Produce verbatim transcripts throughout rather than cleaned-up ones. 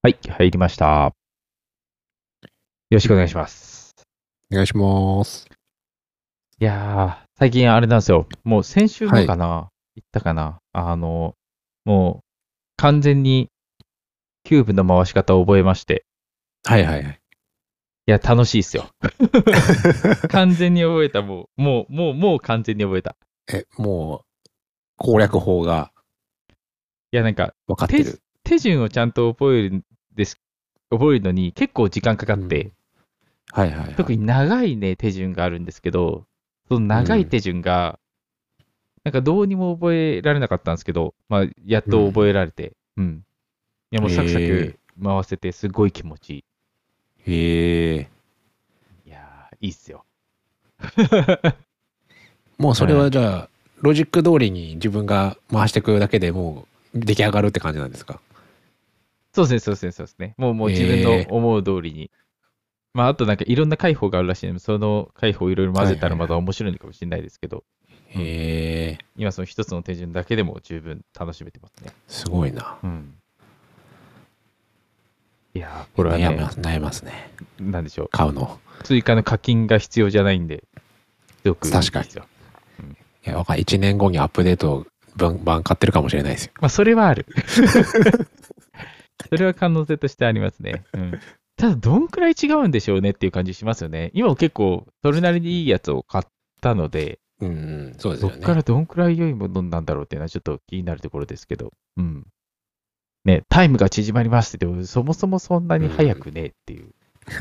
はい、入りました。よろしくお願いします。 お願いします。 いやー、最近あれなんですよ。もう先週はい。 もかな言ったかなあの、もう完全にキューブの回し方を覚えまして。 はいはいはい。 いや、楽しいっすよ。完全に覚えた、もう、もう、もう、もう完全に覚えた。 え、もう攻略法がいや、なんか、手、 分かってる。 手順をちゃんと覚えるんです、覚えるのに結構時間かかっうん。 て、 はいはいはい。 特に長いね、手順があるんですけど、そのうん。 長い手順が、なんかどうにも覚えられなかったんですけど、まあ、やっと覚うん。 えられて、うん。いや、もうサクサクへえ。 回せて、すごい気持ちいへえ。 い。いやー、いいっすよ。 もうそれはうん。 じゃあ、ロジック通りに自分が回していくだけでもう出来上がるって感じなんですか？ そうですね、そうですね、そうですね。もう、もう自分のへえ。 思う通りに。まあ、あとなんかいろんな解法があるらしいので、その解法をいろいろ混ぜたらまたはいはいはい。 面白いのかもしれないですけど、うん。 へえ。 今その一つの手順だけでも十分楽しめてますね。 すごいな。 うん。いやー、これはね、 悩みます、悩みますね。 なんでしょう。 買うの。 追加の課金が必要じゃないんで、すごくいい確かに。 ですよ。うん。 いや、わかんない。いちねんごにアップデートバンバン買ってるかもしれないですよ。 まあ、それはある。それは可能性としてありますね。うん。ただ、どんくらい違うんでしょうねっていう感じしますよね。今も結構、それなりにいいやつを買ったので、 うん、うん、そうですどっかよね。 らどんくらい良いものなんだろうっていうのはちょっと気になるところですけど。うん。ね、タイムが縮まりますって言っても、そもそもそんなに早うん。 くねっていう、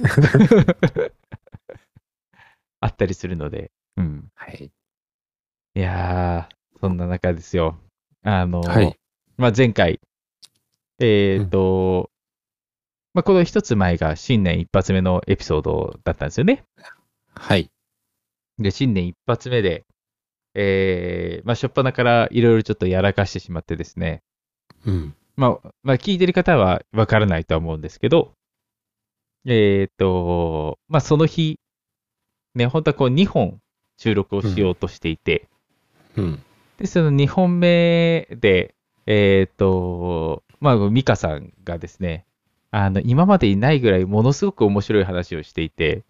あったりするので。うん。 はい。 いやー、そんな中ですよ。あの、 はい。 まあ、前回、えっうん。 と、まあ、この一つ前が新年一発目のエピソードだったんですよね。 はい。 で、新年一発目で、えー、まあ、初っ端からいろいろちょっとやらかしてしまってですね。 うん。 まあ、まあ、聞いてる方はわからないとは思うんですけど、えっと、まあ、その日、ね、本当はこうにほん収録をうん。 しようとしていて、 うん。 で、そのにほんめで、えっと、まあ、ミカさんがですね、あの、今までにないぐらいものすごく面白い話をしていて、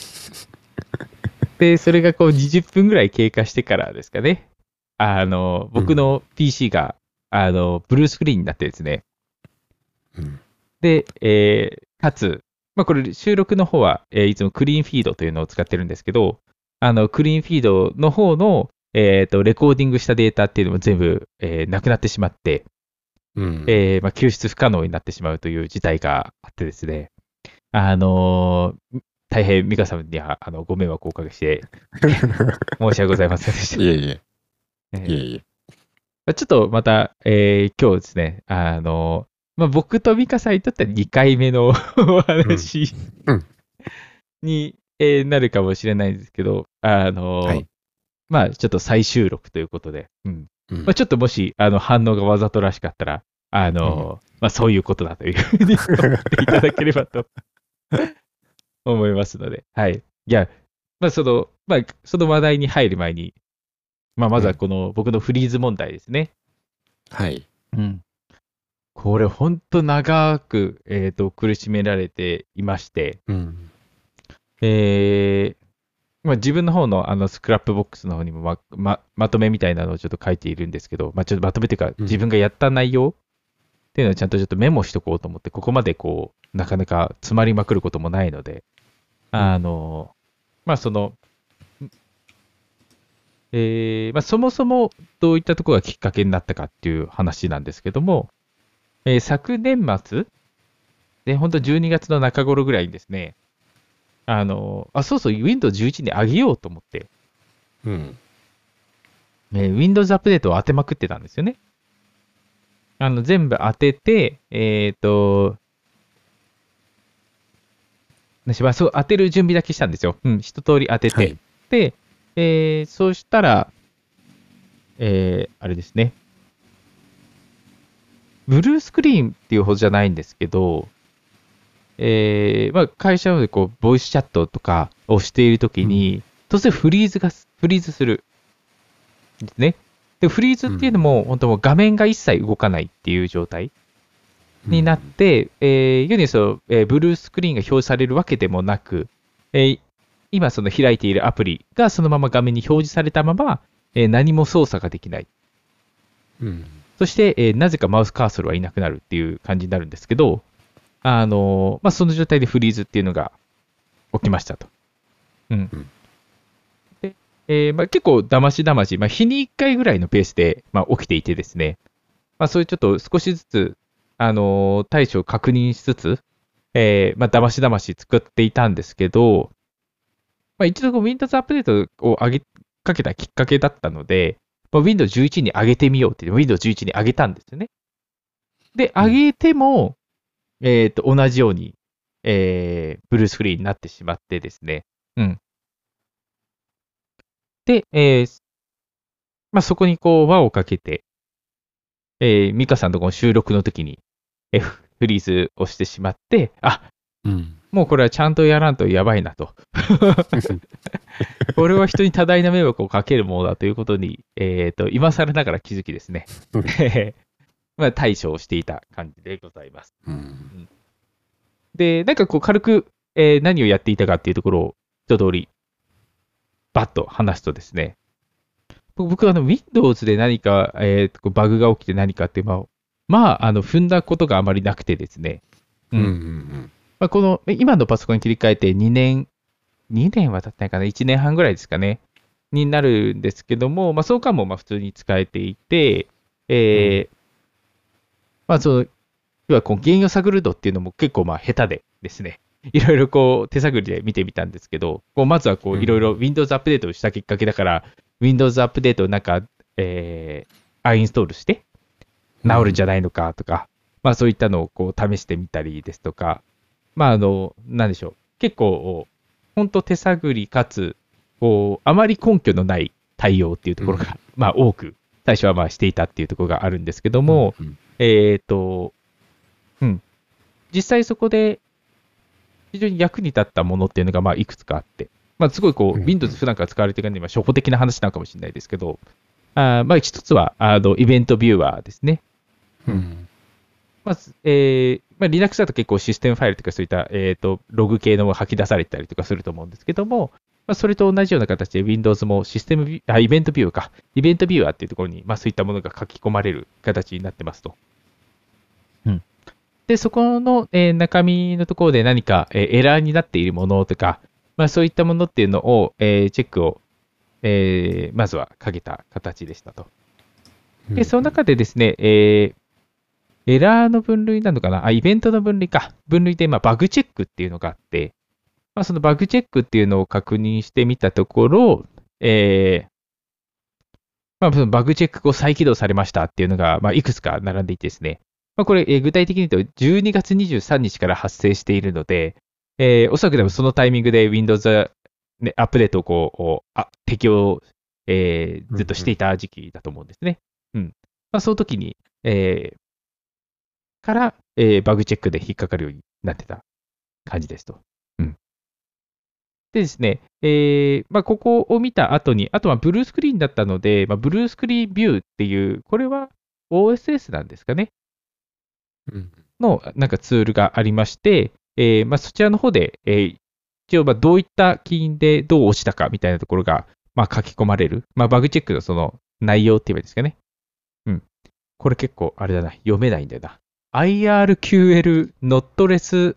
で、それがこうにじゅっぷんぐらい経過してからですかね。あの、 うん。 僕の ピーシー が、あの、ブルースクリーンになってですね。 うん。 で、えーかつ、まあ、これ収録の方は、えーいつもクリーンフィードというのを使ってるんですけど、あの、クリーンフィードの方の、えっと、レコーディングしたデータっていうのも全部、えーなくなってしまって、 うん。 えーまあ、救出不可能になってしまうという事態があってですね。あのー大変美香さんには、あの、ご迷惑をおかけして、申し訳ございませんでした。 いえいえ。いええいえ。 ーちょっとまた、えー今日ですね、あのーまあ、僕と美香さんにとってはにかいめのおうん。 話うん。 に、えーなるかもしれないんですけど、あのーはい。 まあ、ちょっと再収録ということで、うん。まあ、 うん。 ちょっともし、あの、反応がわざとらしかったら、あうん。 のーまあ、そういうことだというふうに思っていただければと思いますので、はい。いや、まあ、その、まあ、その話題に入る前に、まあ、まうん。 ずはこの僕のフリーズ問題ですね。 はい。 うん。これ、ほんと長く、えっと、苦しめられていまして、 うん。 えー、まあ、自分の方のあのスクラップボックスの方にもま、ま、まとめみたいなのをちょっと書いているんですけど、まあ、ちょっとまとめというか、 うん。 自分がやった内容っていうのをちゃんとちょっとメモしとこうと思って、ここまでこう、なかなか詰まりまくることもないので、あうん。 の、まあ、その、えーまあ、そもそもどういったところがきっかけになったかっていう話なんですけども、えー昨年末で、本当じゅうにがつの中頃ぐらいにですね、あの、あ、そうそう、ウィンドウズじゅういち に上げようと思って、 うん。 えー Windows アップデートを当てまくってたんですよね。あの、全部当てて、えっ、と、なしまそう、当てる準備だけしたんですよ。うん、一通り当てて。 はい。 で、えーそうしたら、えーあれですね、ブルースクリーンっていうほどじゃないんですけど、えーまあ、会社でこう、ボイスチャットとかをしているときうん。 に、突然フリーズが、フリーズするんですね。で、フリーズうっていうのも、 ん。 本当もう画面が一切動かないっていう状態。 になって、えー、世にそう、えー、ブルースクリーンが表示されるわけでもなく、えー今その開いているアプリがそのまま画面に表示されたまま、えー何も操作ができない。 うん。 そして、えーなぜかマウスカーソルはいなくなるっていう感じになるんですけど、あのーまあ、その状態でフリーズっていうのが起きましたと。うんうん。 で、えーまあ、結構だましだまし、まあ、日にいっかいぐらいのペースで、まあ、起きていてですね、まあ、そういうちょっと少しずつ、あのー対処を確認しつつ、えーまあ、だましだまし作っていたんですけど、まあ、一度こう Windows アップデートを上げかけたきっかけだったので、まあ、Windows じゅういちに上げてみようって言って Windows じゅういちに上げたんですよね。で、上げても、えっと、同じように、えー、ブルースクリーンになってしまってですね。うん。で、えーまあ、そこにこう輪をかけて、えー、ミカさんとこの収録の時に、えーフリーズをしてしまって、あ、 うん。 もうこれはちゃんとやらんとやばいなと。これは人に多大な迷惑をかけるものだということに、えっと、今更ながら気づきですね。まあ、対処をしていた感じでございます。 うん。 うんで、なんかこう軽く、えー何をやっていたかっていうところを一通りバッと話すとですね、僕はあの Windows で何か、えーとこうバグが起きて何かって、まあ、まあ、あの踏んだことがあまりなくてですね、ううん。 ん。 うん。 まあ、この今のパソコンに切り替えてにねん、にねんは経ってないかな、いちねんはんぐらいですかね、になるんですけども、まあ、そうかもまあ普通に使えていて、えーまあ、その、要はこう原因を探る度っていうのも結構まあ下手でですね、いろいろこう手探りで見てみたんですけど、こうまずはこうん。 ういろいろ Windows アップデートをしたきっかけだから、Windows アップデートをなんか、えー、アインストールして治るんじゃないのかとか、まあそういったのをこう試してみたりですとか、まああの、なんでしょう、結構、本当手探りかつ、こう、あまり根拠のない対応っていうところが、まあ多く、最初はまあしていたっていうところがあるんですけども、 うん。 えっと、うん、実際そこで非常に役に立ったものっていうのがまあいくつかあって、まあすごいこう、 うん。 Windows 普段から使われているのに、まあ初歩的な話なのかもしれないですけど、あーまあ一つは、あの、イベントビューアーですね。うん。 うん。 まず、えーまあ、Linux だと結構システムファイルとかそういった、えーと、ログ系のも吐き出されたりとかすると思うんですけども、まあ、それと同じような形で Windows もシステムビュー、あ、イベントビューか。イベントビューアーっていうところに、まあ、そういったものが書き込まれる形になってますと。うん。で、そこの、えー中身のところで何か、えーエラーになっているものとか、まあ、そういったものっていうのを、えーチェックを、えーまずはかけた形でしたと。で、その中でですね、えーエラーの分類なのかなあ、イベントの分類か。分類で、まあ、バグチェックっていうのがあって、まあ、そのバグチェックっていうのを確認してみたところ、えーまあ、そのバグチェック後再起動されましたっていうのが、まあ、いくつか並んでいてですね、まあ、これ、えー具体的に言うと、じゅうにがつにじゅうさんにちから発生しているので、えーおそらくでもそのタイミングで Windows、ね、アップデートをこう、あ適用、えーずっとしていた時期だと思うんですね。うん。まあ、その時に、えーから、えーバグチェックで引っかかるようになってた感じですと。うん。でですね、えーまあ、ここを見た後に、あとはブルースクリーンだったので、まあ、ブルースクリーンビューっていう、これは オーエスエス なんですかね、 うん。 のなんかツールがありまして、えーまあ、そちらの方で、えー一応まあどういった起因でどう落ちたかみたいなところが、まあ、書き込まれる、まあ、バグチェックのその内容って言えばいいですかね。うん。これ結構あれだな、読めないんだよな。アイアールキューエル not less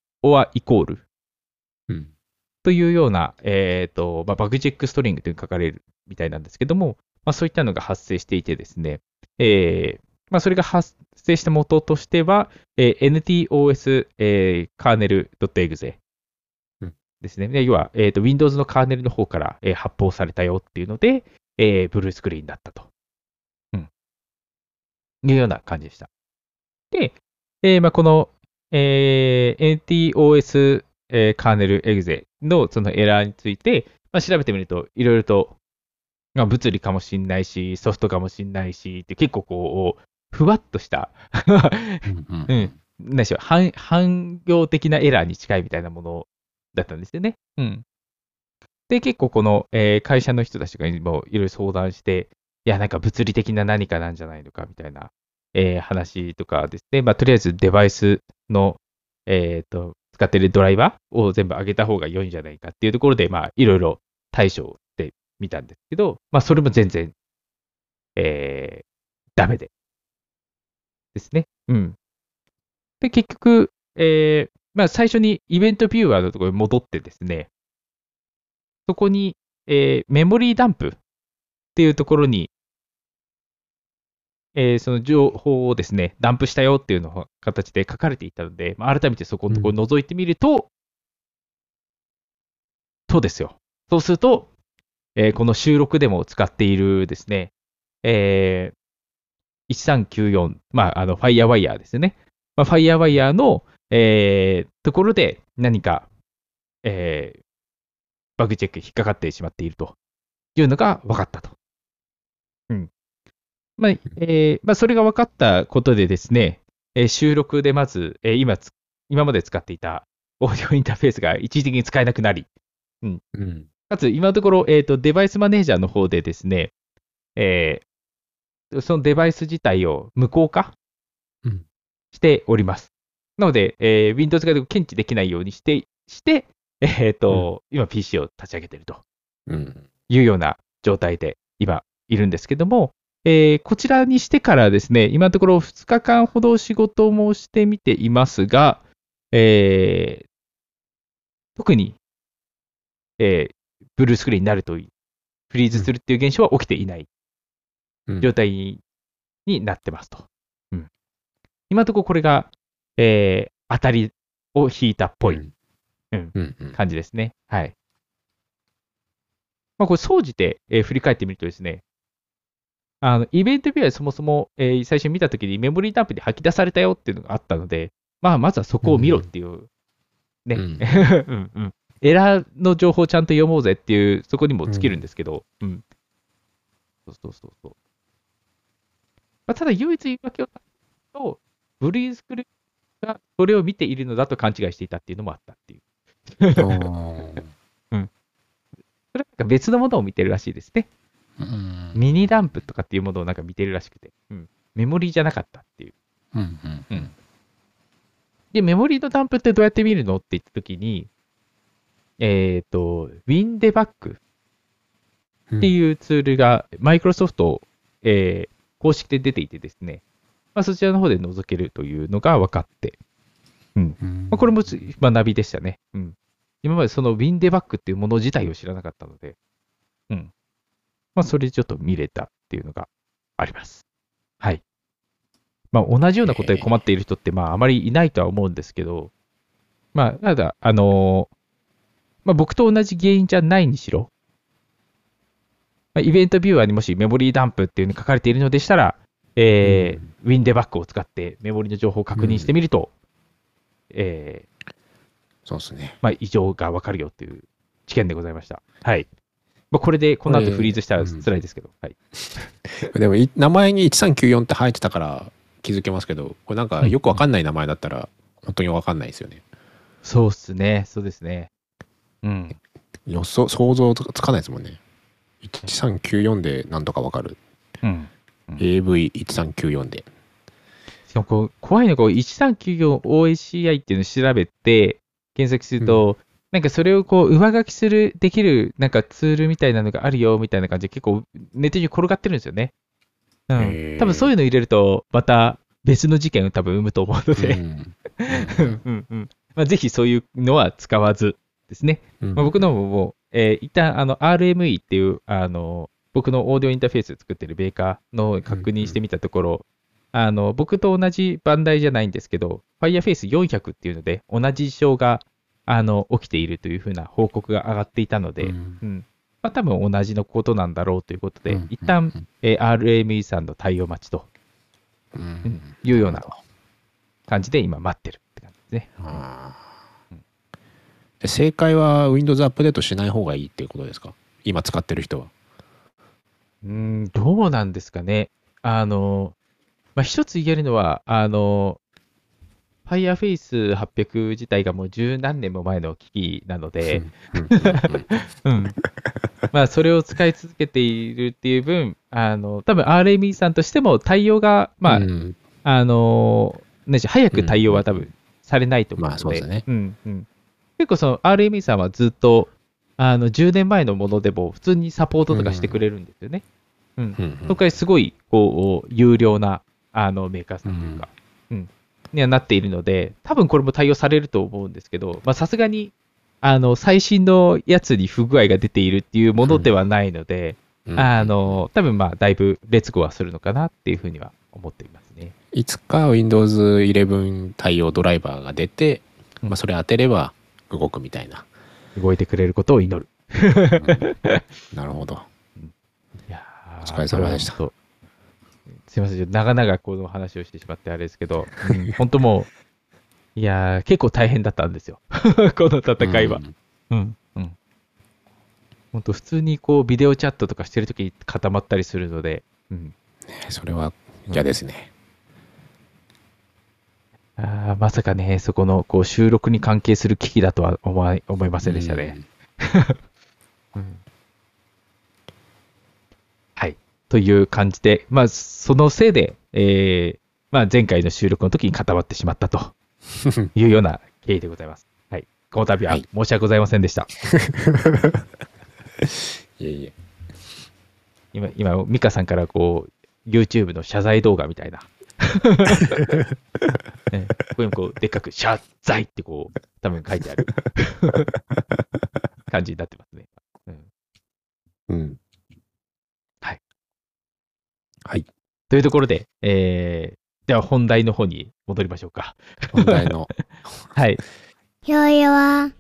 or equal うん。 というような、えっ、と、まあ、バグチェックストリングというのが書かれるみたいなんですけども、まあ、そういったのが発生していてですね、えーまあ、それが発生した元としては、えー エヌティーオーエス、えー、カーネル .exe うんですね。で要は、えーと、Windows のカーネルの方から、えー発報されたよっていうので、えーブルースクリーンだったと、うん、いうような感じでした。で、えーまあ、この、えー エヌティーオーエス、えーカーネルエグゼのそのエラーについて、まあ、調べてみると、いろいろと、まあ、物理かもしんないし、ソフトかもしんないし、って結構こう、ふわっとした、 うん。 うん、何でしょう、汎汎用的なエラーに近いみたいなものだったんですよね。うん。で、結構この、えー会社の人たちがもいろいろ相談して、いや、なんか物理的な何かなんじゃないのかみたいなえー話とかですね、まあ、とりあえずデバイスの、えーと、使っているドライバーを全部上げた方が良いんじゃないかっていうところで、まあ、いろいろ対処してみたんですけど、まあ、それも全然、えー、ダメでですね。うん。で、結局、えー、まあ、最初にイベントビューアーのところに戻ってですね、そこに、えーメモリーダンプっていうところに、えーその情報をですね、ダンプしたよっていうのが形で書かれていたので、まあ、改めてそこのところを覗いてみると、とですよ。そうすると、えーこの収録でも使っているですね、えーいちさんきゅうよん、まあ、あの、FireWire ですよね。まあ、FireWire の、えーところで何か、えーバグチェックに引っかかってしまっているというのが分かったと。うん。まあ、えーまあ、それが分かったことでですね、えー収録でまず、えー今つ、今まで使っていたオーディオインターフェースが一時的に使えなくなり、うん。 うん。 かつ、今のところ、えっと、デバイスマネージャーの方でですね、えーそのデバイス自体を無効化うんしております。なので、えー Windows が検知できないようにして、して、えっと、今 ピーシー を立ち上げているとうん。 いうような状態で今いるんですけども、えーこちらにしてからですね、今のところふつかかんほど仕事もしてみていますが、えー特に、えーブルースクリーンになるといい、フリーズするっていう現象は起きていないうん。 状態になってますと。うん、今のところこれが、えー当たりを引いたっぽい、 うんうんうんうん。 感じですね。はい。まあ、これ、総じて、えー振り返ってみるとですね、あのイベントビューはそもそも、えー最初に見たときにメモリーダンプで吐き出されたよっていうのがあったので、まあ、まずはそこを見ろっていう、ね、 うんうんうん、エラーの情報をちゃんと読もうぜっていう、そこにも尽きるんですけど、うん。そうそうそうそう。まあ、ただ、唯一言い訳をたと、ブリーズクルがそれを見ているのだと勘違いしていたっていうのもあったっていう。 あーうん。それはなんか別のものを見てるらしいですね。 うんミニダンプとかっていうものをなんか見てるらしくて、うん、メモリーじゃなかったっていう。 うんうんうんで、メモリーのダンプってどうやって見るのって言ったときに、えっ、と、WinDebug っていうツールが、マイクロソフト、えー公式で出ていてですね、まあ、そちらの方で覗けるというのが分かって、うんうんまあ、これもつ学びでしたね。うん、今までその WinDebug っていうもの自体を知らなかったので、うんまあ、それでちょっと見れたっていうのがあります。はい。まあ、同じようなことで困っている人って、まあ、あまりいないとは思うんですけど、まあ、ただ、あのーまあ、僕と同じ原因じゃないにしろ、まあ、イベントビューアーにもしメモリーダンプっていうのが書かれているのでしたら、えー、WinDebug を使ってメモリの情報を確認してみると、えーそうですね。 まあ、異常がわかるよっていう知見でございました。はい。まあ、これでこの後フリーズしたら辛いですけど、はい。 でもい名前にいちさんきゅうよんって入ってたから気づけますけど、これなんかよくわかんない名前だったら本当にわかんないですよね。 そうっすね、そうですね。うん。 予想、想像とかつかないですもんね。いちさんきゅうよんでなんとかわかる。 うん。うんエーブイいちさんきゅうよん で。 しかもこう、怖いのが、いちさんきゅうよんオーエーシーアイ っていうのを調べて、検索すると、なんかそれをこう、上書きする、できる、なんかツールみたいなのがあるよ、みたいな感じで結構ネットに転がってるんですよね。うへん。 ー多分そういうの入れると、また別の事件を多分生むと思うので、 うんうんうんうん。まあ、ぜひそういうのは使わずですね。 うんまあ、僕の方も、えー一旦あの アールエムイー っていう、あの、僕のオーディオインターフェースを作ってるメーカーの確認してみたところ、あの、僕と同じバンダイじゃないんですけど、Fireface よんひゃくっていうので、同じ事象が、あの、起きているというふうな報告が上がっていたので、 ううんん。まあ、多分同じのことなんだろうということで、 うん一旦、えー アールエムイー さんの対応待ちとうんいうような感じで今待ってるって感じですね。 あーうんで正解は Windows アップデートしない方がいいっていうことですか？今使ってる人は。 うーん、どうなんですかね。あの、まあ、一つ言えるのは、あの、Fireface はっぴゃく自体がもう十何年も前の機器なので、 うんうんうんうん。まあ、それを使い続けているっていう分、 あの、多分 アールエムイー さんとしても対応が、まあ、 うん、 あの、ね、早く対応は多分されないと思うまあので、 そうですね。 うんうん、結構その アールエムイー さんはずっと、あの、じゅうねんまえのものでも普通にサポートとかしてくれるんですよね。うん。 うん、 そこからすごい、こう、有料な、あの、メーカーさんというか、うん、にはなっているので、多分これも対応されると思うんですけど、まあさすがに、あの、最新のやつに不具合が出ているっていうものではないので、 うん、 あの、多分まあ、だいぶ劣後はするのかなっていうふうには思っていますね。 いつか Windows イレブン 対応ドライバーが出て、 うん、 まあ、それ当てれば動くみたいな。 動いてくれることを祈る。 うん、なるほど。 うん、いやお疲ー、これれ様でした。 は本当、すいません、長々この話をしてしまってあれですけど、うん、本当もう、いやー、結構大変だったんですよ。この戦いは。 うん、 うん、うん。本当普通にこう、ビデオチャットとかしてるときに固まったりするので、うん。 それは嫌ですね。 あーまさかね、そこのこう収録に関係する機器だとは思い思いませんでしたね。 うん、 うん、はい。という感じで、まあ、そのせいで、えーまあ、前回の収録の時に固まってしまったというような経緯でございます。はい。この度ははい。 申し訳ございませんでした。 いえいえ。 今、今、ミカさんからこう、YouTube の謝罪動画みたいな。ね、ここにもこう、でっかく謝罪ってこう、多分書いてある感じになってますね。うん、 うん。 はい。 はい。 というところで、えー、では本題の方に戻りましょうか。 本題の。 はい。 よいは、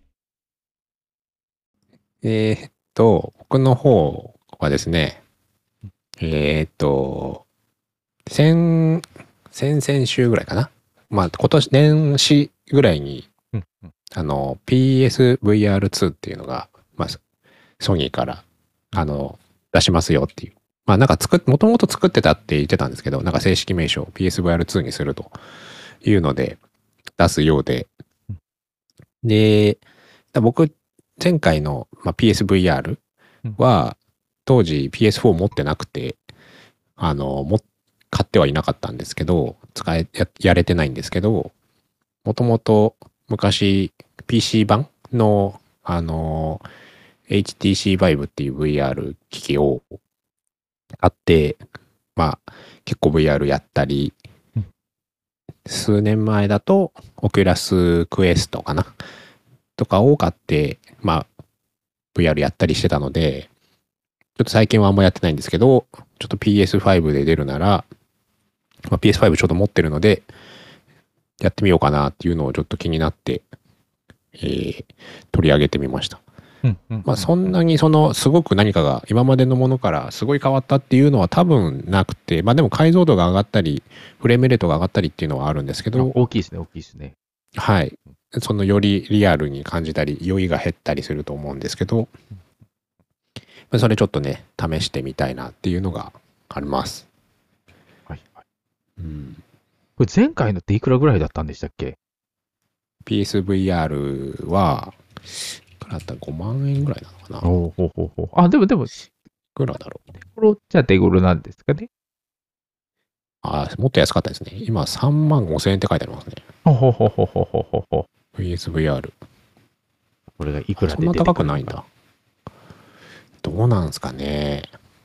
えーっと、僕の方はですね、えーっと、先、先々週ぐらいかな。まあ、今年、年始ぐらいに、 うんうん、 あの、ピーエスブイアールツー っていうのが、まあ、ソニーから、あの、出しますよっていう。まあ、なんか作っ、もともと作ってたって言ってたんですけど、なんか正式名称 ピーエスブイアールツー にするというので、出すようで。で、僕、前回の、まあ、ピーエスブイアール は、当時 ピーエスフォー 持ってなくて、あの、も、買ってはいなかったんですけど、使え、や、やれてないんですけど、もともと昔 ピーシー 版の、あの、エイチティーシー Vive っていう ブイアール 機器を買って、まあ、結構 ブイアール やったり、数年前だと、オキュラスクエストかなとかを買って、まあ、ブイアール やったりしてたので、ちょっと最近はあんまやってないんですけど、ちょっと ピーエスファイブ で出るなら、まあ、ピーエスファイブ ちょっと持ってるので、やってみようかなっていうのをちょっと気になって、えー、取り上げてみました。 うんうん、 まあそんなにそのすごく何かが今までのものからすごい変わったっていうのは多分なくて、まあでも解像度が上がったり、フレームレートが上がったりっていうのはあるんですけど、 大きいですね、大きいですね。 はい。そのよりリアルに感じたり、酔いが減ったりすると思うんですけど、それちょっとね、試してみたいなっていうのがあります。 はいはい。 うん、 これ前回のっていくらぐらいだったんでしたっけ？ ピーエスブイアール は、いくらだったらごまんえんぐらいなのかな。 おおほうほうほう。あ、でもでも、 いくらだろう。 手頃じゃ手頃なんですかね。 あ、もっと安かったですね。今さんまんごせんえんって書いてありますね。 ほうほうほうほうほうほうほうほう。 ピーエスブイアール。 これがいくらそんなで出てくるのか。 高くないんだ。どうなんすかね。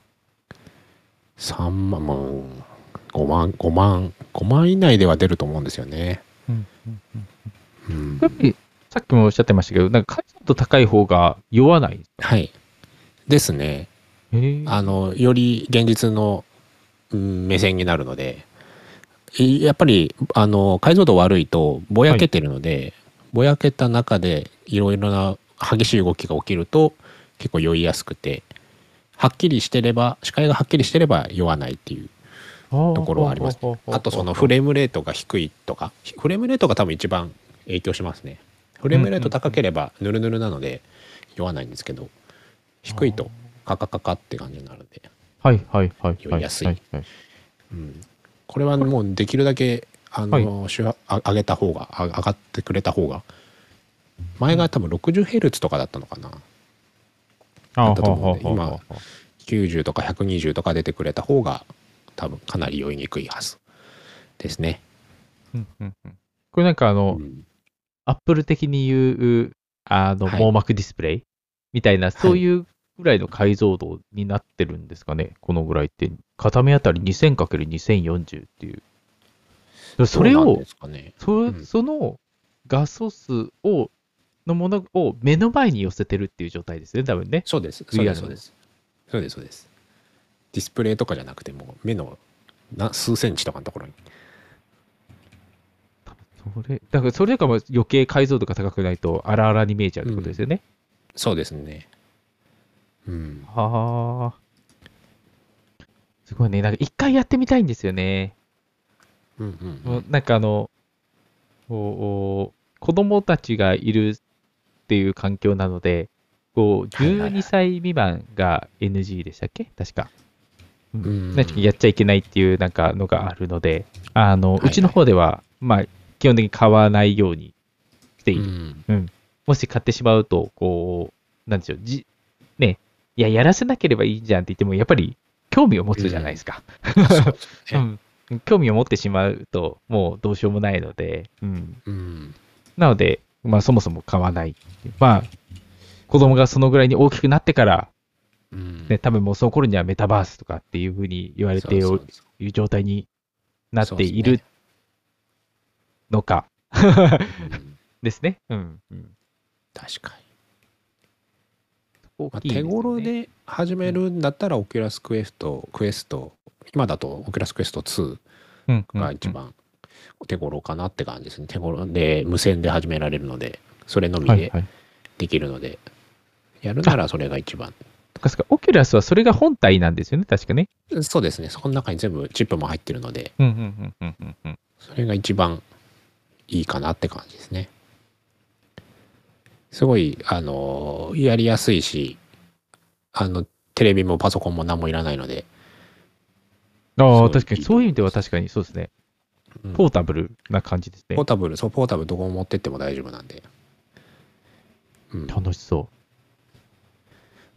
さんまん、もうごまん、ごまん、ごまん以内では出ると思うんですよね。 うんうんうん、 うんやっぱり、さっきもおっしゃってましたけど、なんか解像度高い方が酔わない。 はい。ですね。 へあの、より現実の、うん、目線になるので、いやっぱり、あの、解像度悪いとぼやけてるので、ぼやけた中でいろいろな激しい動きが起きると結構酔いやすくて、はっきりしてれば、視界がはっきりしてれば酔わないっていうところはあります。あとそのフレームレートが低いとか、フレームレートが多分一番影響しますね。フレームレート高ければヌルヌルなので酔わないんですけど、低いとカカカカって感じになるんで、 はいはいはい。 酔いやすい。 はいはい、 うん、これはもうできるだけあの、はい、あ上げた方が上がってくれた方が、前が多分 ろくじゅうヘルツ とかだったのかな、あったと思うんで、今きゅうじゅうとかひゃくにじゅうとか出てくれた方が多分かなり酔いにくいはずですね。 うんうんうん、これなんかあの、 うん、 アップル的に言う、あの、 はい、 網膜ディスプレイみたいな、 はい、 そういうぐらいの解像度になってるんですかね、このぐらいって。片目あたり にせんかけるにせんよんじゅう っていう。それを、 どうなんですかね。 そうん、 その画素数を、のものを目の前に寄せてるっていう状態ですね、多分ね。 そうです、そうです、 ブイアール の。 そうです。そうです、そうです。ディスプレイとかじゃなくても目のな数センチとかのところに。 それ、だからそれかも余計解像度が高くないと、荒々に見えちゃうってことですうん、 よね。 そうですね。うん。 はあ。すごいね。なんか一回やってみたいんですよね。 うんうんうもうん。 なんかあの、こう子供たちがいるっていう環境なので、こう、12 はいはいはい。 歳未満が エヌジー でしたっけ確か。ううん。なんかやん。 っちゃいけないっていうなんかのがあるので、あの、うちのはいはい。 方では、まあ、基本的に買わないようにしている。 うん。 うん。もし買ってしまうと、こう、なんでしょう、じ、ね、いや、やらせなければいいじゃんって言っても、やっぱり興味を持つじゃないでうん。 すか。 そうですね。 うん。興味を持ってしまうと、もうどうしようもないので、うん。 うん。 なので、まあそもそも買わない。まあ、子供がそのぐらいに大きくなってから、ね、 うん。 多分もうその頃にはメタバースとかっていうふうに言われているそうそうそう。 状態になっそうているですね。 のか。 うん。 ですね。うん。うん。 確かに。まあ、 大きい手ですよね。 頃で始めうん。 るんだったら、オキュラスクエスト、クエスト、今だとオキュラスクエストツーうん。うん。うん。 が一番手頃かなって感じですね。手頃で無線で始められるので、それのみではいはい。 できるので、やるなあ、 らそれが一番。 そっかそっか。オキュラスはそれが本体なんですよね。確かね。 そうですね。そこの中に全部チップも入ってるので、 うん。うん。うん。うん。うん。 それが一番いいかなって感じですね。すごい、あの、やりやすいし、あの、テレビもパソコンも何もいらないので、 ああ、 すごい確かにいいとそういう意味で思います。 は確かにそうですね。 うん。 ポータブルな感じですね。 ポータブル、そう、ポータブルどこも持ってっても大丈夫なんで。うん。 楽しそう。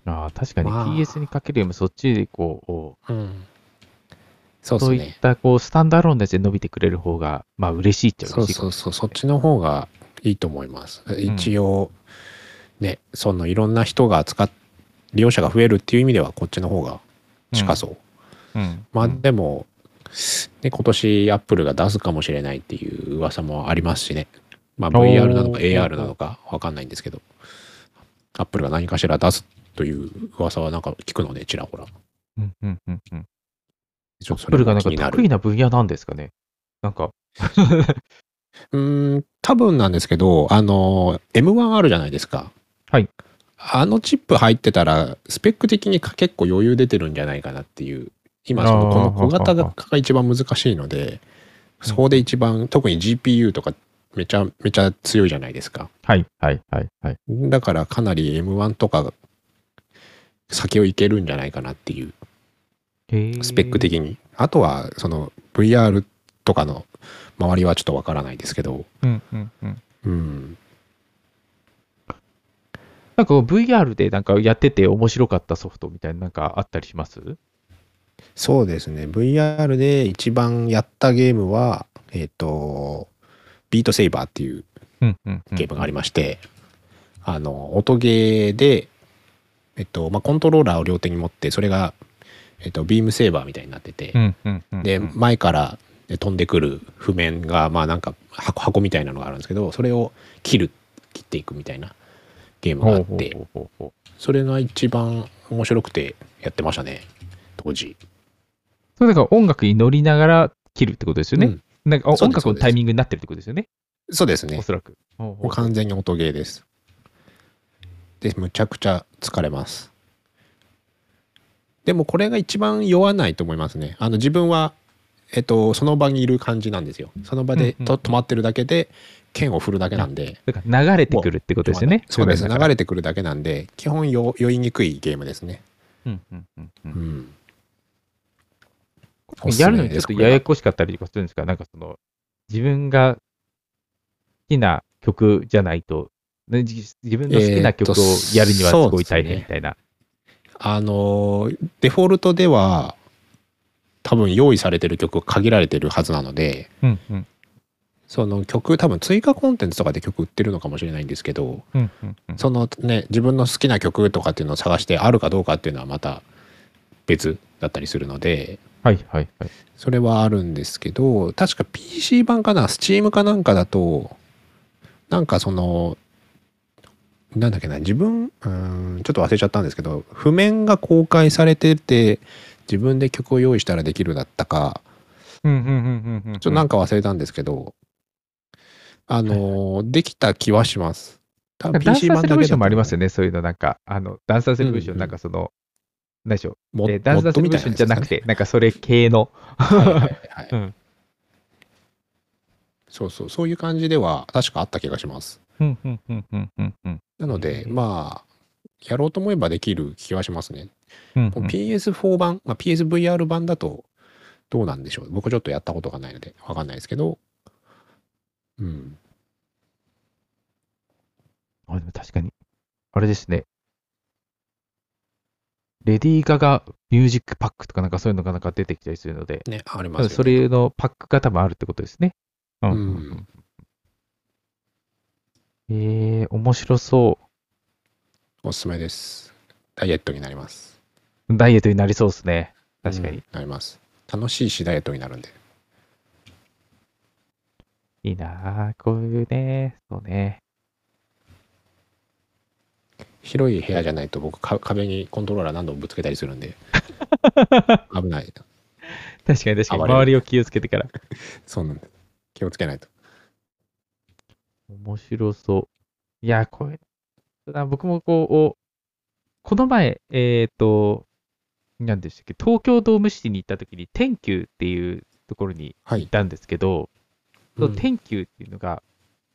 ああ、確かに ピーエス にまかけるよりもそっちでこう、 あ、うん。そうでそういっすね。 たこうスタンドアローンのやつで伸びてくれる方が、まあ嬉しいっちゃそう嬉しいかもそうそう、 しれないですね。 そっちの方がいいと思います。 うん。 一応、ね、そのいろんな人が使っ、利用者が増えるっていう意味では、こっちの方がうん。 近そう。 うん。 まあうん。 でも、ね、今年アップルが出すかもしれないっていう噂もありますしね。まあ ブイアール なのかおー、ほエーアール なうほのかわかんないんですけど、アップルが何かしら出すという噂はなんか聞くので、ちらほら。 う。うん。うん。うん。うん。アッちょっとそれもプルがなんか気になる。 得意な分野なんですかね。なんか、 うーん、多分なんですけど、あの、エムワン あるじゃないですか。 はい。 あのチップ入ってたら、スペック的に結構余裕出てるんじゃないかなっていう。今、 ああ、 その、このは小型がはは。 一番難しいので、 うん。 そこでうん。 一番、特に ジーピーユー とかめちゃめちゃ強いじゃないですか。 はい。はい。はい。はい。 だからかなり エムワン とか先をいけるんじゃないかなっていう、 へスペックえ。 的に。あとは、その ブイアール とかの周りはちょっとわからないですけど、 うん。うん。うん。 うん。 なんかこう ブイアール でなんかやってて面白かったソフトみたいななんかあったりします？ そうですね。ブイアール で一番やったゲームは、えっと、ビートセイバーっていううん。うん。うん。 ゲームがありまして、あの、音ゲーで、えっと、まあ、コントローラーを両手に持って、それが、えっと、ビームセーバーみたいになってて、 うん。うん。うん。 で、 うん。 前から飛んでくる譜面が、まあなんか箱、箱みたいなのがあるんですけど、それを切る、切っていくみたいなゲームがあって、 ほうほうほうほうほう。 それが一番面白くてやってましたね、当時。 それだから音楽に乗りながら切るってことですよね。 うん。 なんかそうです、 音楽のタイそうです。 ミングになってるってことですよね。 そうですね。 おそらく。ほうもうほうほう。 完全に音ゲーです。で、むちゃくちゃ疲れます。でもこれが一番酔わないと思いますね。あの自分は、えっと、その場にいる感じなんですよ。その場うんでうんうん。 と止まってるだけで、剣を振るだけなあ、 んで、 だから流れてもうくるってこと酔わない。 ですよね。 そうです。流画面だから。 れてくるだけなんで、基本酔酔いにくいゲームですね。 うんうんうんうん。 うん。 これやおすすめです、 るのにちょっとこれは。 ややこしかったりとかするんですか？なんかその、自分が好きな曲じゃないと、ねじ自分の好きえーっと、 な曲をやるにはすそうでごい大変みすね。 たいな。 あのデフォルトでは多分用意されてる曲限られてるはずなので、 うんうんその曲多分追加コンテンツとかで曲売ってるのかもしれないんですけど、 うんうんうんそのね自分の好きな曲とかっていうのを探してあるかどうかっていうのはまた別だったりするので、 はいはいはい。 それはあるんですけど、確か ピーシー 版かな、 Steam かなんかだとなんかそのなんだっけな、自分うーんちょっと忘れちゃったんですけど、譜面が公開されてて自分で曲を用意したらできるだったか、 うんうんうんうんうん。 ちょっとなんか忘れたんですけど、あのーできた気はします。多分ダンピーシーサーセレブーション版だけだともありますよね、そういうのなんか、あの、ダンサーセレブーション、 うんうんなんかその、何でしょう、 モえーダンサーセレブーションじゃなくて、なんかそれ系の、 はいはいはい、はいうん、 そうそう、そういう感じでは確かあった気がします。 うんうんうんうんうんうん。 なので、 へーまあやろうと思えばできる気はしますね。もううんうんピーエスフォー 版、まあ、ピーエスブイアール 版だとどうなんでしょう。僕ちょっとやったことがないのでわかんないですけど、うん。 あ、でも確かに、あれですね、レディー・ガガミュージックパックとかなんかそういうのがなんか出てきたりするので、 ね、あり多ますよね。 分それのパックが多分あるってことですね。うんううんんうん。えー、面白そおすすめです。ダイエットになります。 う。ダイエットになりそうですね。確かに。 うんなります。楽しいしダイエットになるんで。 いいなぁ、こういうね、そうね。 広い部屋じゃないと僕か壁にコントローラー何度もぶつけたりするんで危ない。 確かに確かに、 暴れる周りを気をつけてから。 そうなんです。気をつけないと。 面白そう。いや、これ、だ僕もこう、おこの前、えっと、何でしたっけ、東京ドームシティに行った時に、天球っていうところにはい。 行ったんですけど、そのうん天球っていうのが、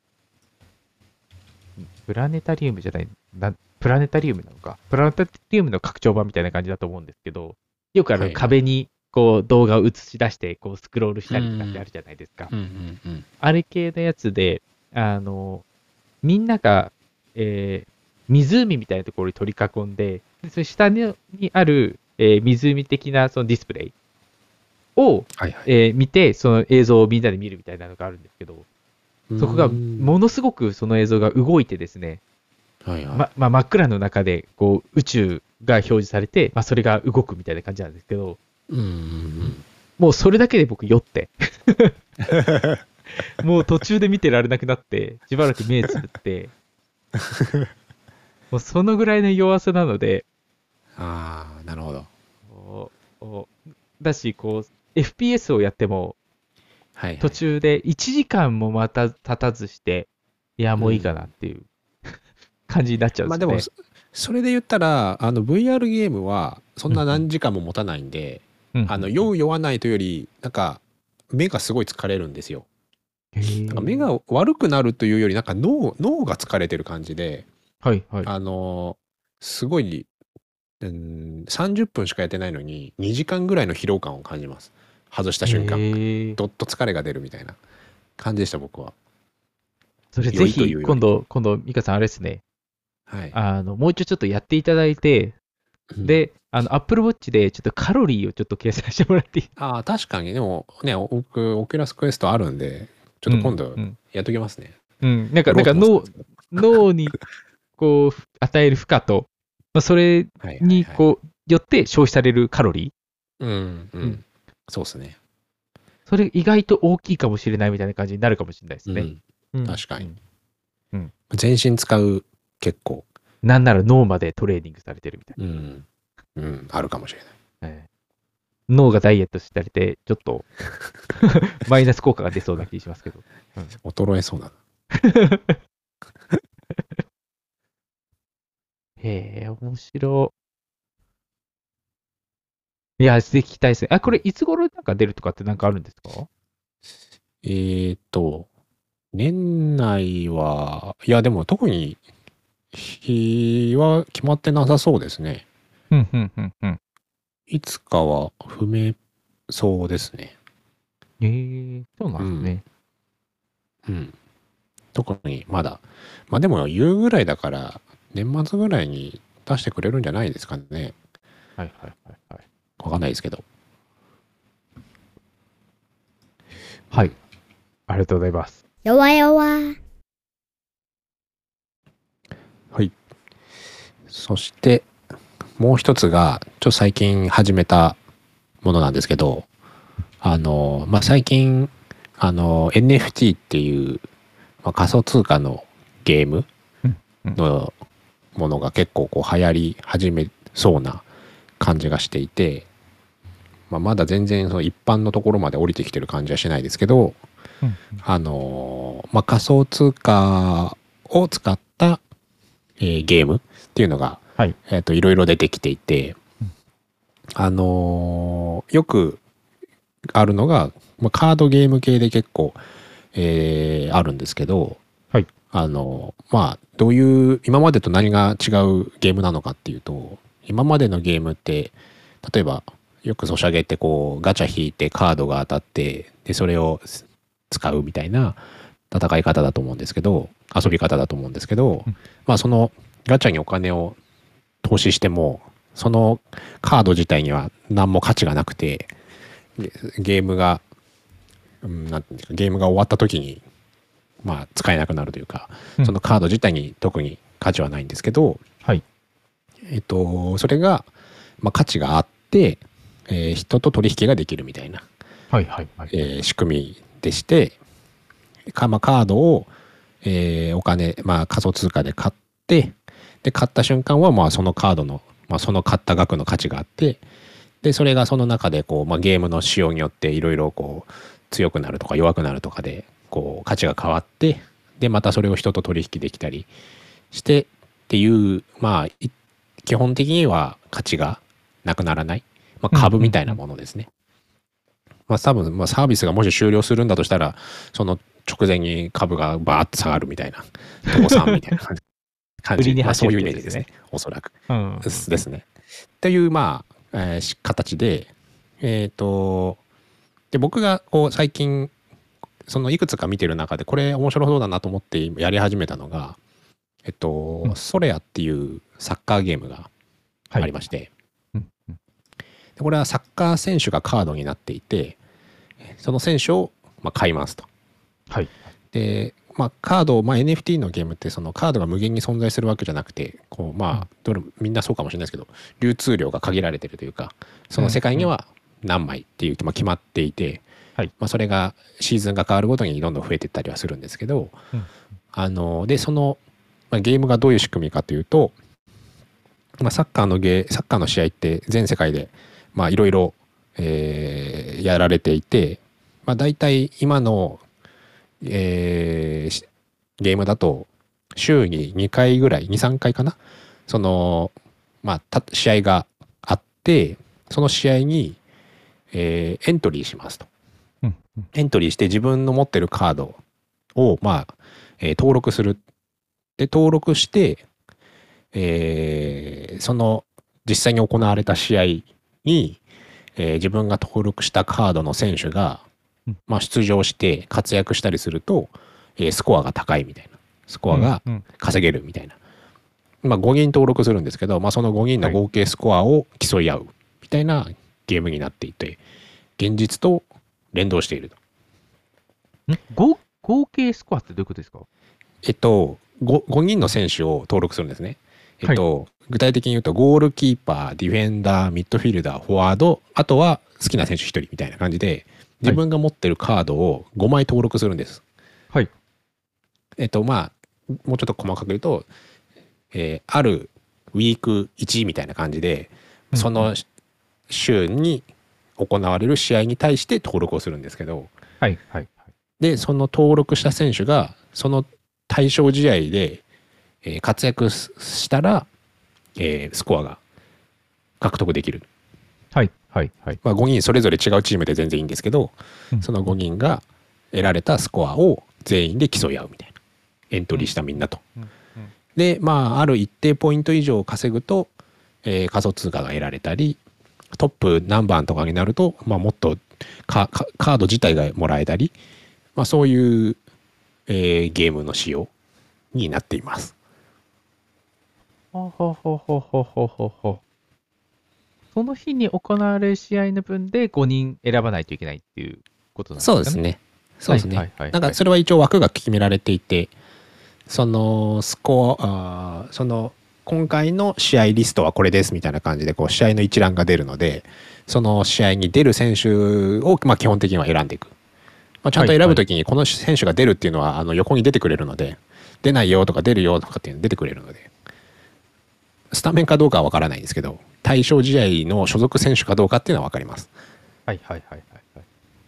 プラネタリウムじゃない、なプラネタリウムなのか、プラネタリウムの拡張版みたいな感じだと思うんですけど、よくあのはいはい壁にこう動画を映し出してこうスクロールしたりとかってあるじゃないですか。 うんうんうん。 あれ系のやつで、あの、みんなが、えー湖みたいなところに取り囲んで、でその下ににある、えー湖的なそのディスプレイを、 はいはい。 えー見て、その映像をみんなで見るみたいなのがあるんですけど、そこがもの、 のすごくその映像が動いてですね、 はいはい。 ままあ、真っ暗の中でこう宇宙が表示されて、まあ、それが動くみたいな感じなんですけど、 うんうんもうそれだけで僕酔って、もう途中で見てられなくなって、しばらく目つぶって、もうそのぐらいの弱さなので、 うん。ああ、なるほど。 こうこうだし、こう、エフピーエス をやっても、 はい、はい。 途中でいちじかんもまた経たずして、いや、もういいかなっていう感じになっちゃうんまあですよね。 でもそ、それで言ったら、あの ブイアール ゲームはそんな何時間も持たないんで、 うんうんあの酔う酔わないというより、なんか目がすごい疲れるんですよ。 へーなんか目が悪くなるというより、なんか脳、脳が疲れてる感じで、 はいはい。 あのすごい、うん、さんじゅっぷんしかやってないのににじかんぐらいの疲労感を感じます。外した瞬間。 へーどっと疲れが出るみたいな感じでした僕は。 それぜひ、 良いというより今度、今度、ミカさん、あれですね。 はい。 あの、もう一度ちょっとやっていただいて、 うん、 で、あの、Apple Watch でちょっとカロリーをちょっと計算してもらっていいああ、確かに、でもね、僕、オキュラスクエストあるんで、ちょっと今度うんうんやっときますね。 うん。なんか、 やろなんかうと思ってたん脳、 です脳に、こう、与える負荷と、まあ、それけどはいはいに、 はいこう、よって消費されるカロリー、 うんううんん。 そうですね。 それ意外と大きいかもしれないみたいな感じになるかもしれないですね。 うん。 うん確かにうん全身使う結構、 なんなら脳までトレーニングされてるみたいうん。うん、あるかもしれない。 な。ええ脳がダイエットしたりて、ちょっと、マイナス効果が出そうな気しますけど。 衰えそうな。 へえ、面白い。いや、ぜひ聞きたいですね。あ、これ、いつ頃なんか出るとかってなんかあるんですか？ えーっと、年内は、いや、でも特に日は決まってなさそうですね。 うん、うん、うん、うん。 いつかは不明そうですね。 へえ、そうなんですね。 うん。特にまだ。まあでも言うぐらいだから、年末ぐらいに出してくれるんじゃないですかね。 はいはいはいはい。 わかんないですけど。 はい。ありがとうございます。 弱々。 はい。そして、もう一つが、ちょっと最近始めたものなんですけど、あの、まあ、最近、あの、エヌエフティー っていう、まあ、仮想通貨のゲームうんうんのものが結構こう流行り始めそうな感じがしていて、まあ、まだ全然その一般のところまで降りてきてる感じはしないですけど、 うんあのーまあ、仮想通貨を使った、えーゲームっていうのが、 はい。 えーといろいろ出てきていて、 うんあのーよくあるのが、まあ、カードゲーム系で結構、えーあるんですけど、 はい。 あのまあどういう今までと何が違うゲームなのかっていうと、今までのゲームって例えばよくソシャゲってこうガチャ引いてカードが当たってでそれを使うみたいな戦い方だと思うんですけど、遊び方だと思うんですけど、 うんまあそのガチャにお金を投資してもそのカード自体には何も価値がなくて、ゲゲームが、うん、なんていうんですか、ゲームが終わった時にまあ使えなくなるというか、 うんそのカード自体に特に価値はないんですけど、 はい。 えっとそれが、まあ、価値があって、えー人と取引ができるみたいな、 はいはいはい。 えー仕組みでして、かまあ、カードを、えーお金、まあ、仮想通貨で買って、で買った瞬間はまあそのカードの、まあ、その買った額の価値があって、でそれがその中でこう、まあ、ゲームの仕様によっていろいろこう強くなるとか弱くなるとかでこう価値が変わって、でまたそれを人と取引できたりしてっていう、まあい基本的には価値がなくならない、まあ、株みたいなものですね。まあ多分、まあ、サービスがもし終了するんだとしたらその直前に株がバーッと下がるみたいな、倒産みたいな感じ感じ、 売りにまあ、そういうイ走るってやつでねメージですすね、おそらく。 うんうんですですね。っていうまあ、えーし形で、えっ、とで僕がこう最近そのいくつか見てる中でこれ面白そうだなと思って今やり始めたのが、えっと、 うんソレアっていうサッカーゲームがありまして、 うんうんでこれはサッカー選手がカードになっていて、その選手をまあ買いますと。 はい。 で、まあ、カード、まあ、エヌエフティー のゲームってそのカードが無限に存在するわけじゃなくて、こうまうんあどれみんなそうかもしれないですけど、流通量が限られてるというか、その世界には何枚っていう、まあ、決まっていて、 はい。 まあ、それがシーズンが変わるごとにどんどん増えていったりはするんですけど、 うんあのでその、まあ、ゲームがどういう仕組みかというと、まあ、サッカーのゲーサッカーの試合って全世界でまあいろいろえーやられていて、まあ、大体今の、えーしゲームだと週ににかいぐらいにさんかいかな、そのまあた試合があって、その試合に、えーエントリーしますと。 うんうんエントリーして自分の持ってるカードをまあ、えー登録する。で登録して、えーその実際に行われた試合に、えー自分が登録したカードの選手が、 うんまあ、出場して活躍したりすると、えースコアが高いみたいな、スコアがうんうん稼げるみたいな、まあ、ごにん登録するんですけど、まあ、そのごにんの合計スコアを競い合うみたいなゲームになっていて、現実と連動していると。 ん合合計スコアってどういうことですか？ えっと 5, 5人の選手を登録するんですね。えっと、具体的に言うとゴールキーパー、ディフェンダー、ミッドフィルダー、フォワード、あとは好きな選手ひとりみたいな感じで自分が持ってるカードをごまい登録するんです。 はい。 えっとまあもうちょっと細かく言うと、えーあるウィークいちみたいな感じでうんその週に行われる試合に対して登録をするんですけど、 はいはいはい。 でその登録した選手がその対象試合で、えー活躍したら、えースコアが獲得できる。 はいはいはい。 まあ、ごにんそれぞれ違うチームで全然いいんですけど、 うんそのごにんが得られたスコアを全員で競い合うみたいな、エントリーしたみんなと。 うんうんでまあある一定ポイント以上稼ぐと、えー仮想通貨が得られたり、トップ何番とかになると、まあ、もっとカカカード自体がもらえたり、まあ、そういう、えーゲームの仕様になっています。 ほうほうほうほうほうほうほうほう。 その日に行われる試合の分でごにん選ばないといけないっていうことなんですかね。 そうですね。そうですね。 はいはいはいはいなんかそれは一応枠が決められていて、そのスコア、あーその今回の試合リストはこれですみたいな感じでこう試合の一覧が出るので、その試合に出る選手をまあ基本的には選んでいく。まあ、ちゃんと選ぶときにこの選手が出るっていうのはあの横に出てくれるので、出ないよとか出るよとかっていうの出てくれるので、スタメンかどうかは分からないんですけど、対象試合の所属選手かどうかっていうのは分かります。 はいはいはいはいはい。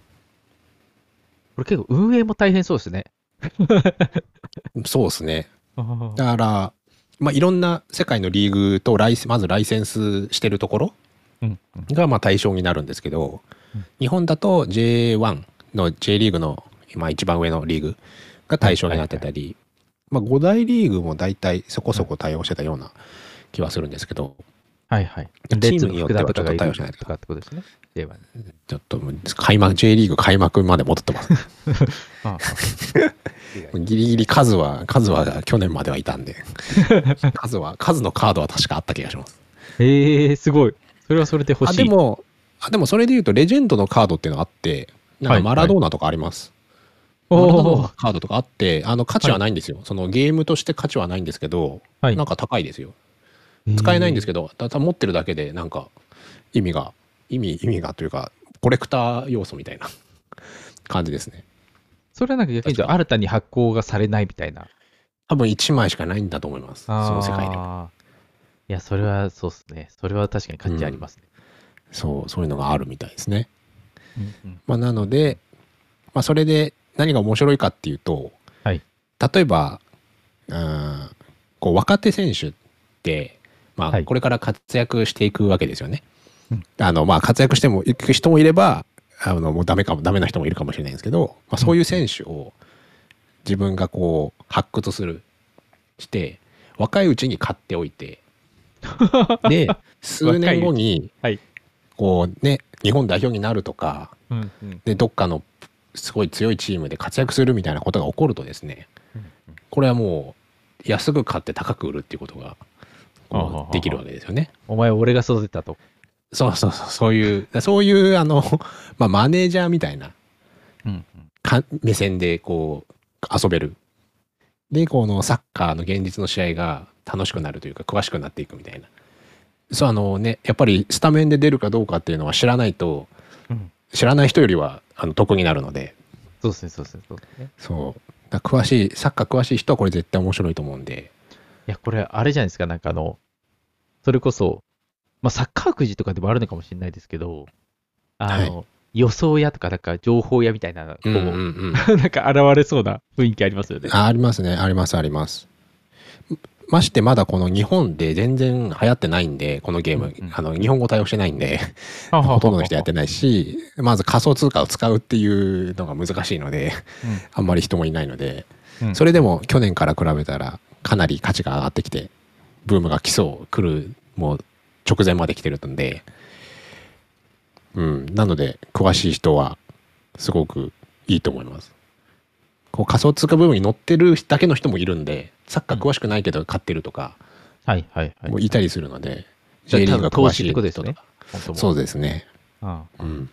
これ結構運営も大変そうですね。 そうですね。 あだから、まあ、いろんな世界のリーグとライセまずライセンスしてるところうんうんがまあ対象になるんですけど、 うん日本だと ジェイワン の J リーグの今一番上のリーグが対象になってたり、まあ、ご大リーグも大体そこそこ対応してたような気はするんですけど、 はいはい。 チームによってはレッツの福田とかがいるちょっと対応しないととかってことですね。J はね。 ちょっともう開幕 J リーグ開幕まで戻ってますああギリギリ数は数は去年まではいたんで数は数のカードは確かあった気がします。 えー、すごい。それはそれで欲しい。 あでもあでもそれでいうとレジェンドのカードっていうのがあって、なんかマラドーナとかあります、 はいはいマラドーナおーカードとかあって、あの価値はないんですよ、そのゲームとして価値はないんですけど、 はいなんか高いですよ。使えないんですけど。 ど、ただ持ってるだけでなんか意味が意味意味がというかコレクター要素みたいな感じですね。 それはなんか逆に言うと新たに発行がされないみたいな。 多分いちまいしかないんだと思います、その世界でも。 あーいや、それはそうですね。それは確かに価値ありますね。 そうそういうのがあるみたいですね。 うんうんまあ、なので、まあ、それで何が面白いかっていうと、 はい例えばうんこう若手選手って、まあ、 はいこれから活躍していくわけですよね。 うんあのまあ活躍してもいく人もいればあのもうダメかもダメな人もいるかもしれないんですけど、まあ、そういう選手を自分がこう発掘するして若いうちに買っておいてで数年後にはい。 こうね日本代表になるとかうんうんでどっかのすごい強いチームで活躍するみたいなことが起こるとですね、 うんこれはもう安く買って高く売るっていうことがこうできるわけですよね。 お前俺が育てたと。 そうそうそうそういうそういうあの、まあ、マネージャーみたいなうんうんか目線でこう遊べる。でこのサッカーの現実の試合が楽しくなるというか詳しくなっていくみたいな。そうあのねやっぱりスタメンで出るかどうかっていうのは知らないとうん知らない人よりはあの得になるので、 そうですね、そうですね。そうですねそうだから詳しいサッカー詳しい人はこれ絶対面白いと思うんで。 いや、これ、あれじゃないですか、なんかあの、それこそ、まあ、サッカーくじとかでもあるのかもしれないですけど、あの、予想屋とか、なんか情報屋みたいな、こう、 うんうんうんなんか現れそうな雰囲気ありますよね。 あありますねありますあります。ましてまだこの日本で全然流行ってないんでこのゲーム、 うんうんあの日本語対応してないんでほほとんどの人やってないし、まず仮想通貨を使うっていうのが難しいのであんまり人もいないので、 うんそれでも去年から比べたらかなり価値が上がってきてブームが来そう来るもう直前まで来てるんで、うんなので詳しい人はすごくいいと思います。こう仮想通貨ブームに乗ってるだけの人もいるんでサッカー詳しくないけど買ってるとかはいはいはい。 もういたりするので、 じゃあ J リーグが詳しい多分投資ってことですね人とか本当もそうですね、 ああうん、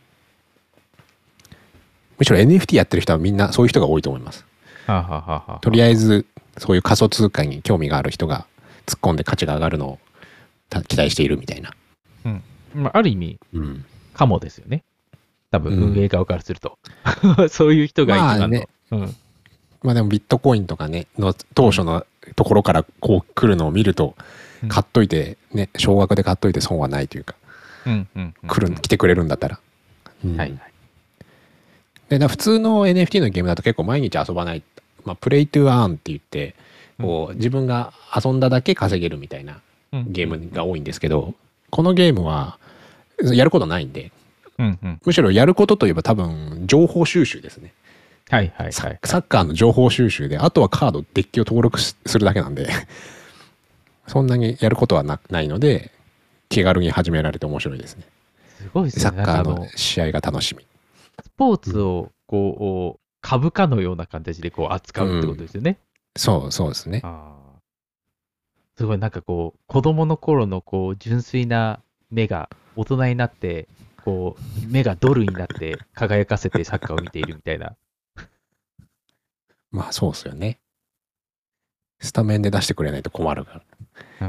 むしろ エヌエフティー やってる人はみんなそういう人が多いと思います。 はあはあはあはあとりあえずそういう仮想通貨に興味がある人が突っ込んで価値が上がるのをた期待しているみたいな、 うんまあ、ある意味、 うん、 かもですよね。多分、 うん運営側からすると。そういう人が一番の。 まあねうんまあでもビットコインとかねの当初のところからこう来るのを見るとうん買っといてね少額で買っといて損はないというかうんうんうん来る来てくれるんだったら、うんはいはい。 でだから普通の エヌエフティー のゲームだと結構毎日遊ばない、まあ、プレイトゥアーンって言ってこう自分が遊んだだけ稼げるみたいなうんゲームが多いんですけど、このゲームはやることないんでうんうんむしろやることといえば多分情報収集ですね。 はいはいサはい。 サッカーの情報収集であとはカードデッキを登録するだけなんでそんなにやることは な, ないので気軽に始められて面白いですね。 すごいですね。 サッカーなんかあのの試合が楽しみ。 スポーツをこう、株価のような形でこう扱うってことですよね。 そうそうですね。 あーすごいなんかこう、子供の頃のこう純粋な目が大人になって、こう、目がドルになって輝かせてサッカーを見ているみたいな。 まあそうですよね。スタメンで出してくれないと困るから。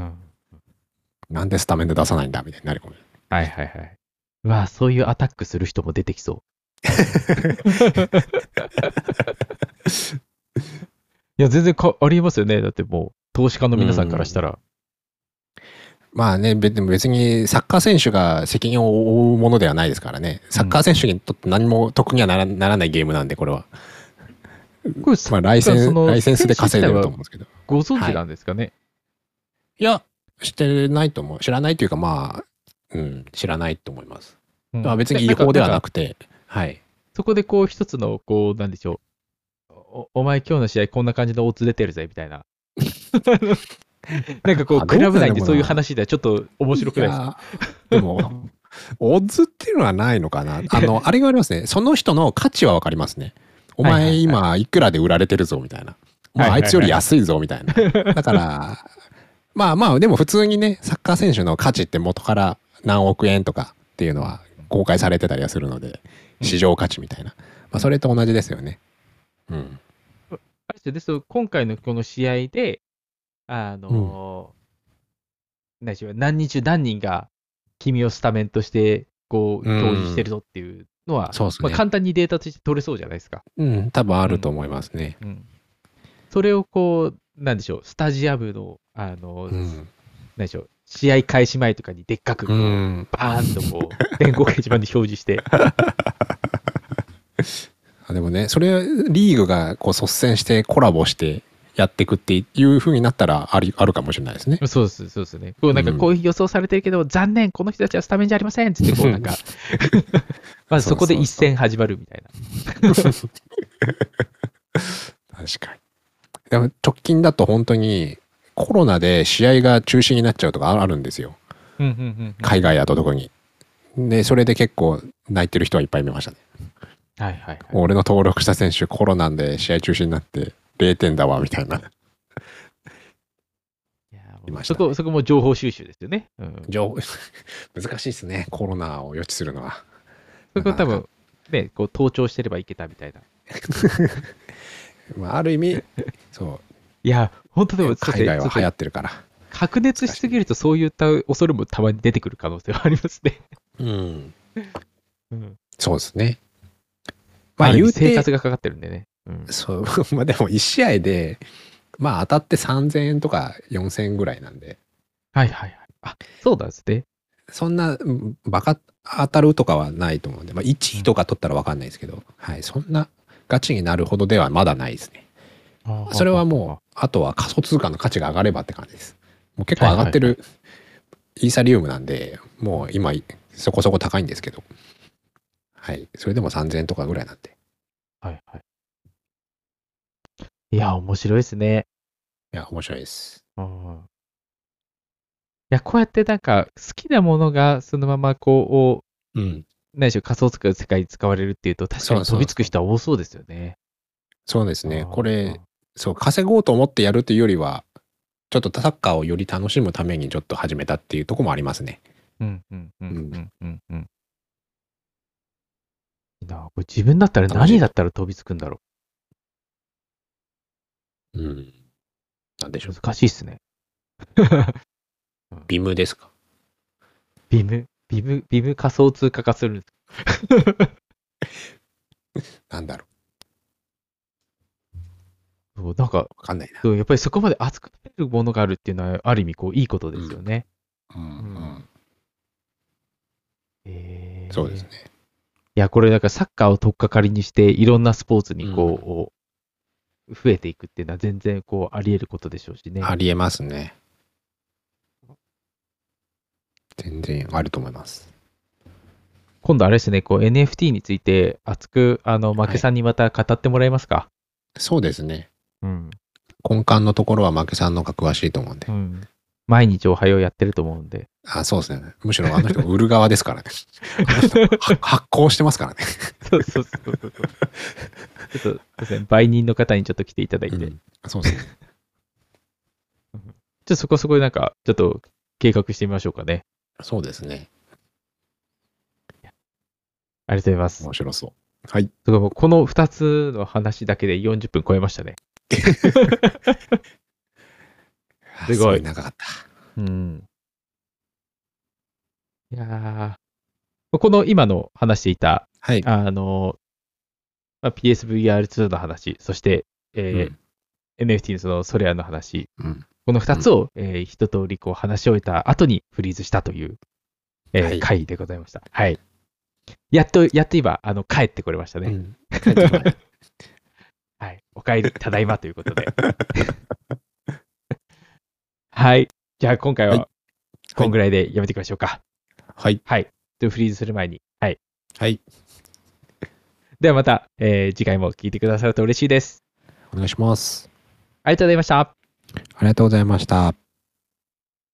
うん。 なんでスタメンで出さないんだみたいになるかも。 はいはいはい。うわ、そういうアタックする人も出てきそう。いや、全然かありえますよね。だってもう、投資家の皆さんからしたら。 まあね、別に別にサッカー選手が責任を負うものではないですからね。サッカー選手にとって何も得にはならならないゲームなんで、これは。 これ、 まあライセンス、 そのライセンスで稼いでると思うんですけど。 ご存知なんですかね。 いや、してないと思う。知らないというか、まあ、うん、知らないと思います。 うんまあ別に違法ではなくて、はい。 そこでこう一つの、こう、なんでしょう。お、お前今日の試合こんな感じのオッズ出てるぜ、みたいな。なんかこう、 あクラブ内でそういうどうなんだろうな話ではちょっと面白くないですか？ いやーでも、オッズっていうのはないのかな。あの、あれがありますね。その人の価値はわかりますね。おはいはいはい前今いくらで売られてるぞみたいな。お前あいつより安いぞみたいな。だから、まあまあ、でも普通にね、サッカー選手の価値って元から何億円とかっていうのは公開されてたりはするので、市場価値みたいな。まあ、それと同じですよね。うん。 あれですよね、そう今回のこの試合で、あのー何でしょう、何人中何人が君をスタメンとしてこううん表示してるぞっていうのは、 そうですね。 まあ、簡単にデータとして取れそうじゃないですか。 うん、多分あると思いますね。 うん、それをこう、なんでしょう、スタジアムの、あの、 うん。 なんでしょう、試合開始前とかにでっかくこう、 うん。 バーンとこう、電光掲示板で表示して、 あでもね、それリーグがこう率先してコラボしてやっていくっていう風になったらありあるかもしれないですね。 そうです、そうですね。こうなんかこういう予想されてるけど、残念、この人たちはスタメンじゃありませんっつって、こうなんか、まずそこで一戦始まるみたいな。 確かに。でも直近だと本当にコロナで試合が中止になっちゃうとかあるんですよ。 うんうんうんうん海外だと特に。で、それで結構泣いてる人はいっぱい見ましたね。 はいはいはい。 俺の登録した選手コロナで試合中止になってれいてんだわみたいな。 いやいましたねそこ、そこも情報収集ですよね。うん、 情難しいですね。コロナを予知するのは。 そこ多なかな分、ね、こう盗聴してればいけたみたいな。 まあ、ある意味、そう。 いや、本当でも、 海外は流行っってるから。 白熱しすぎるとそういった恐れもたまに出てくる可能性はありますね。 うん。 うん、 そうですね。 まあ、言うまあ言うて生活がかかってるんでね。うん、 そう。まあでもいち試合で、まあ当たってさんぜんえんとかよんせんえんぐらいなんで、 はいはいはい。あ、そうなんですね。 そんなうんバカ当たるとかはないと思うんで、まあいちいとか取ったらわかんないですけど、はい、そんなガチになるほどではまだないですね。それはもう、あとは仮想通貨の価値が上がればって感じです。もう結構上がってるイーサリウムなんで、もう今そこそこ高いんですけど、はい、それでもさんぜんえんとかぐらいなんで。 はいはい。いや、面白いですね。 いや、面白いです。 うん、いや、こうやってなんか好きなものがそのままこう、 うん。 何でしょう、仮想通貨の世界に使われるっていうと、確かに飛びつく人は多そうですよね。 そうですね。こあれ、そう、稼ごうと思ってやるというよりは、ちょっとサッカーをより楽しむためにちょっと始めたっていうところもありますね。 うんうんうんうんうんうん。いいなこれ自分だったら楽しい何だったら飛びつくんだろうん。なんでしょう。 う。 難しいっすね。 ビムですか。 ビム、ビム、ビム仮想通貨化するんですなんだろそうなんか、 う。わかんないな。 そうやっぱりそこまで熱くなれるものがあるっていうのは、ある意味こういいことですよね。 うんうん。 えーそうですね。 いや、これなんかサッカーを取っかかりにして、いろんなスポーツにこう、増えていくっていうのは全然こうあり得ることでしょうしね。 ありえますね。全然あると思います。 今度あれですね、こう エヌエフティー について熱く、あの、負けさんにまた語ってもらえますか？ そうですね。 うん。 根幹のところは負けさんの方が詳しいと思うんで。 うん。毎日おはようやってると思うんで。 あ、そうですね。むしろあの人売る側ですからね。あの人は発行してますからね。 そうそうそうそうそう。ちょっとそうですね、売人の方にちょっと来ていただいて。 うちょんそうですね。 っとそこそこでなんか、ちょっと計画してみましょうかね。 そうですね。 ありがとうございます。 面白そう。はい。 すごい、もうこのふたつの話だけでよんじゅっぷん超えましたね。すごい長かった。 うん。いやーこの今の話していた、 はい。 あの、まあ、ピーエスブイアールツー の話、そして、えーうんエヌエフティー のそのソレアの話、 うん。 このふたつを、えー一通りこう話し終えた後にフリーズしたという、えーはい回でございました。はい。やっと、やっと今、あの、帰ってこれましたね。 うん。帰ってこない。 はい。お帰り、ただいまということで。はい。じゃあ今回はいは、こんぐらいでやめていきましょうか。 はい。 はい。で、フリーズする前に。はい。 はい。 ではまた、えー次回も聞いてくださると嬉しいです。 お願いします。 ありがとうございました。 ありがとうございました。